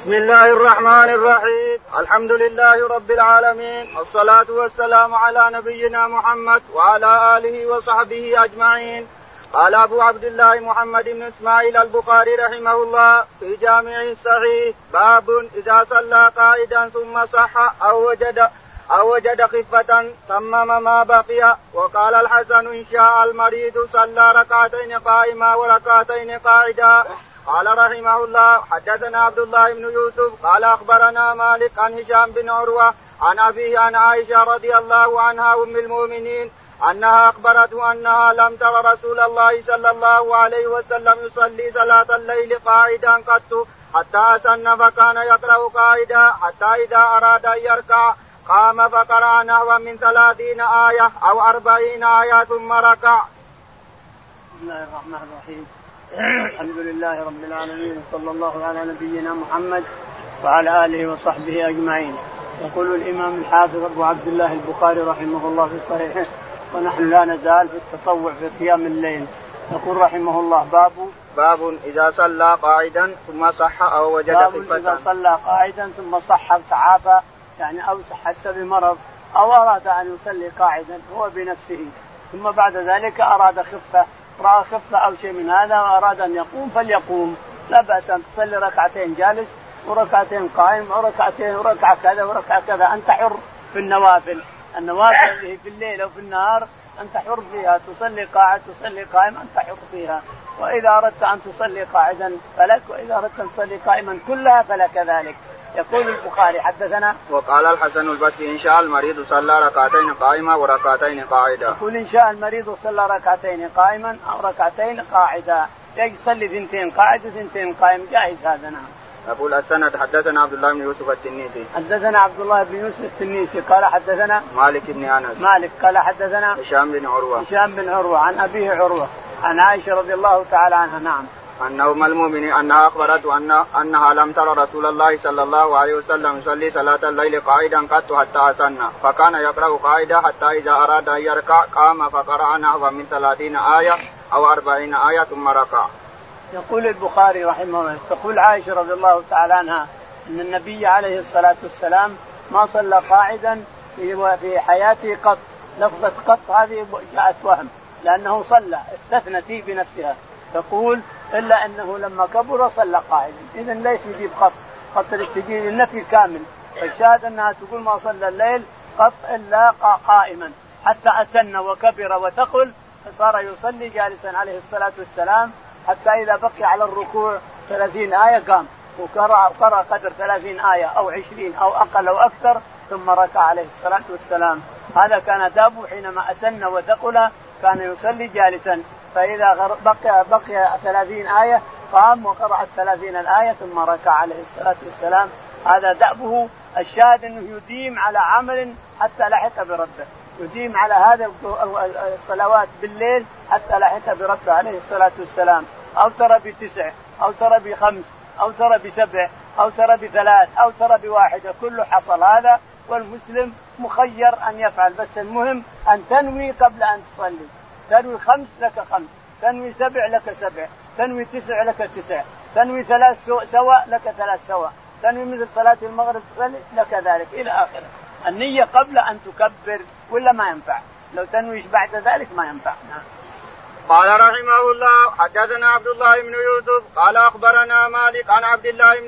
بسم الله الرحمن الرحيم. الحمد لله رب العالمين، والصلاة والسلام على نبينا محمد وعلى آله وصحبه أجمعين. قال أبو عبد الله محمد بن إسماعيل البخاري رحمه الله في جامعه الصحيح: باب إذا صلى قائدا ثم صح أو وجد خفة تمم ما بقي. وقال الحسن: إن شاء المريض صلى ركعتين قائما وركعتين قاعدا. قال رحمه الله: حدثنا عبد الله بن يوسف قال أخبرنا مالك عن هشام بن عروة عن أبيه عن عائشة رضي الله عنها أم المؤمنين أنها أخبرته أنها لم تر رسول الله صلى الله عليه وسلم يصلي صلاة الليل قاعدا قط حتى أسن، فكان يقرأ قاعدا حتى إذا أراد أن يركع قام فقرأ نحو من 30 آية أو 40 آية ثم ركع. بسم الله الرحمن الرحيم. الحمد لله رب العالمين، صلى الله على نبينا محمد وعلى آله وصحبه أجمعين. يقول الإمام الحافظ أبو عبد الله البخاري رحمه الله في صحيحه: ونحن لا نزال في التطوع في قيام الليل. يقول رحمه الله: باب إذا صلى قاعدا ثم صح أو وجد خفة. إذا صلى قاعدا ثم صح وتعافى، يعني أو حس بمرض أو أراد أن يصلي قاعدا هو بنفسه، ثم بعد ذلك أراد خفة، رأى خفة أو شيء من هذا وأراد أن يقوم فليقوم، لا بأس أن تصلي ركعتين جالس وركعتين قائم وركعتين وركعة كذا وركعة كذا. أنت حر في النوافل اللي في الليل أو في النهار أنت حر فيها، تصلي قاعد تصلي قائم أنت حر فيها. وإذا أردت أن تصلي قاعدا فلك، وإذا أردت أن تصلي قائما كلها فلك ذلك. يقول البخاري: حدثنا. وقال الحسن البصري: إن شاء المريض صلى ركعتين قائما وركعتين قاعدا. يقول: إن شاء المريض صلى ركعتين قائما أو ركعتين قاعدا، يصلي 2 قاعد و2 قائم، جائز هذا. نعم. يقول السند: حدثنا عبد الله بن يوسف التنيسي. حدثنا عبد الله بن يوسف التنيسي قال حدثنا مالك بن أنس. مالك قال حدثنا هشام بن عروة عن أبيه عروة عن عائشة رضي الله تعالى عنها. نعم. أنه أم المؤمنين أنها أخبرته أنها لم تر رسول الله صلى الله عليه وسلم يصلي صلاة الليل قاعدا قط حتى أسن، فكان يقرأ قاعدا حتى إذا أراد أن يركع قام فقرأ نحو من 30 آية أو 40 آية ثم ركع. يقول البخاري رحمه الله: تقول عائشة رضي الله تعالى عنها أن النبي عليه الصلاة والسلام ما صلى قاعدا في حياته قط. لفظة قط هذه جاءت وهم، لأنه صلى، استثنت بنفسها، تقول: إلا أنه لما كبر صلى قاعدا. إذن ليس يجيب خط الاستجيب النفي كامل، فالشاهد أنها تقول ما صلى الليل قط إلا قائما حتى أسن وكبر وتقل، فصار يصلي جالسا عليه الصلاة والسلام حتى إذا بقي على الركوع 30 آية قام وقرأ قدر 30 آية أو 20 أو أقل أو أكثر ثم ركع عليه الصلاة والسلام. هذا كان دابه حينما أسن وثقل، كان يصلي جالسا، فإذا بقي 30 آية قام وقرأ 30 الآية ثم ركع عليه الصلاة والسلام. هذا دأبه. الشاهد أنه يديم على عمل حتى لحق بربه، يديم على هذا الصلوات بالليل حتى لحق بربه عليه الصلاة والسلام. أو ترى ب9 أو ترى ب5 أو ترى ب7 أو ترى ب3 أو ترى ب1، كله حصل هذا. والمسلم مخير أن يفعل، بس المهم أن تنوي قبل أن تصلي. تنوي 5 لك 5، تنوي 7 لك 7، تنوي 9 لك 9، تنوي 3 سواء لك 3 سواء، تنوي مثل صلاة المغرب لك ذلك إلى آخره. النية قبل أن تكبر ولا ما ينفع، لو تنويش بعد ذلك ما ينفع. قال رحمه الله: حدثنا عبد الله بن يوسف قال أخبرنا مالك عن عبد الله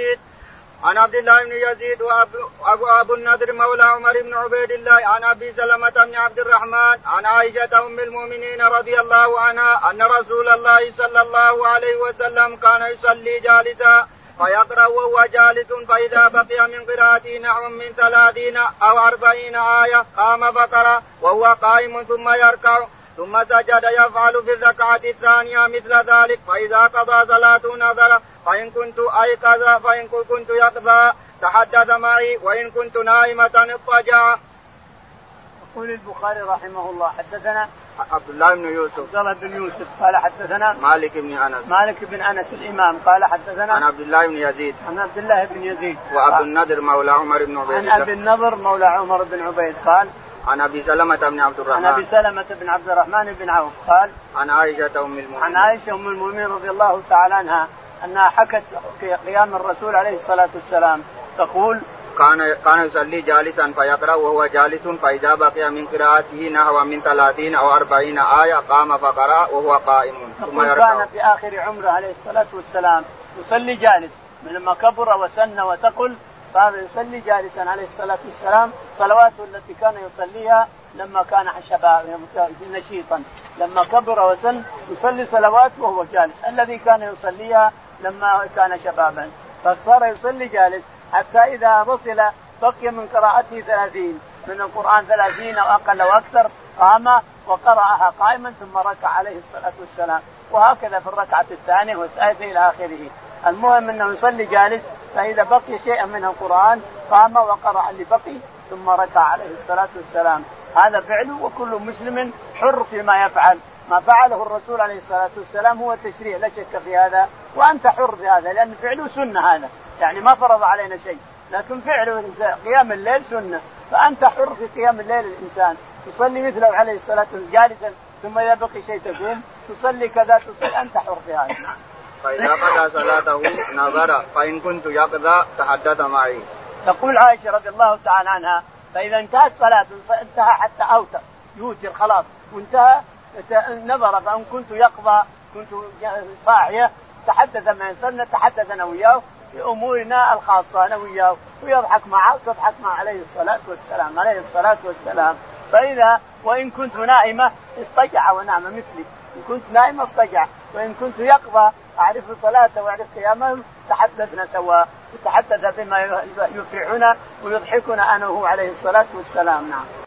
بن يزيد وأبو النضر مولى عمر بن عبيد الله عن أبي سلمة بن عبد الرحمن عن عائشة أم المؤمنين رضي الله عنها أن رسول الله صلى الله عليه وسلم كان يصلي جالسا فيقرأ وهو جالس، فإذا بقي من قراءته نحو من 30 أو 40 آية قام فقرأ وهو قائم ثم يركع ثم سجد، يفعل في الركعة الثانية مثل ذلك. فإذا قضى صلاته نظر فإن كنت أيقظ فإن كنت يقظى تحدث معي وإن كنت نائمة اضطجع. يقول البخاري رحمه الله: حدثنا عبد الله بن يوسف قال حدثنا مالك بن أنس الإمام قال حدثنا عن عبد الله بن يزيد وأبو النضر مولى عمر بن عبيد عن أبي النضر مولى عمر بن عبيد قال عن أبي سلمة بن عبد الرحمن بن عوف قال عن عائشة أم المؤمنين رضي الله تعالى عنها أنها حكت في قيام الرسول عليه الصلاة والسلام تقول كان يصلي جالسا فيقرأ وهو جالس فإذا بقي من قراءته نحو من 30 أو 40 آية قام فقرأ وهو قائم. كان في آخر عمره عليه الصلاة والسلام يصلي جالس لما كبر وسن وتقل صار يصلي جالسا عليه الصلاة والسلام صلواته التي كان يصليها لما كان شبابا نشيطا. لما كبر وسن يصلي صلوات وهو جالس الذي كان يصليها لما كان شبابا. فصار يصلي جالس حتى إذا وصل بقي من قراءته 30 من القرآن 30 أو أقل أو أكثر قام وقرأها قائما ثم ركع عليه الصلاة والسلام. وهكذا في الركعة الثانية والثالثة إلى آخره. المهم أنه يصلي جالس فإذا بقي شيئا من القرآن قام وقرأ اللي بقي ثم ركع عليه الصلاة والسلام. هذا فعله وكل مسلم حر فيما يفعل. ما فعله الرسول عليه الصلاة والسلام هو تشريع لا شك في هذا وأنت حر في هذا لأن فعله سنة. هذا يعني ما فرض علينا شيء لكن فعله قيام الليل سنة. فأنت حر في قيام الليل. الإنسان تصلي مثله عليه الصلاة والسلام جالسا ثم إذا بقي شيء تقوم تصلي كذا تصلي أنت حر في هذا. فإذا قضى صلاته نظر فإن كنت يقضى تحدث معي. تقول عائشة رضي الله تعالى عنها فإذا انتهت صلاة انتهى حتى أوتر يوتر خلاص وانتهى نظر فإن كنت يقضى كنت صاحية تحدث معي صرنا تحدث أنا وياه في أمورنا الخاصة أنا وياه ويضحك معه وتضحك معه عليه الصلاة والسلام. فإذا وإن كنت نائمة استجع ونام مثلي. إن كنت نائمة اضطجع وإن كنت يقضى أعرف صلاته وأعرف قيامه تحدثنا سوا وتحدث بما يفرحنا ويضحكنا أنا وهو عليه الصلاة والسلام. نعم.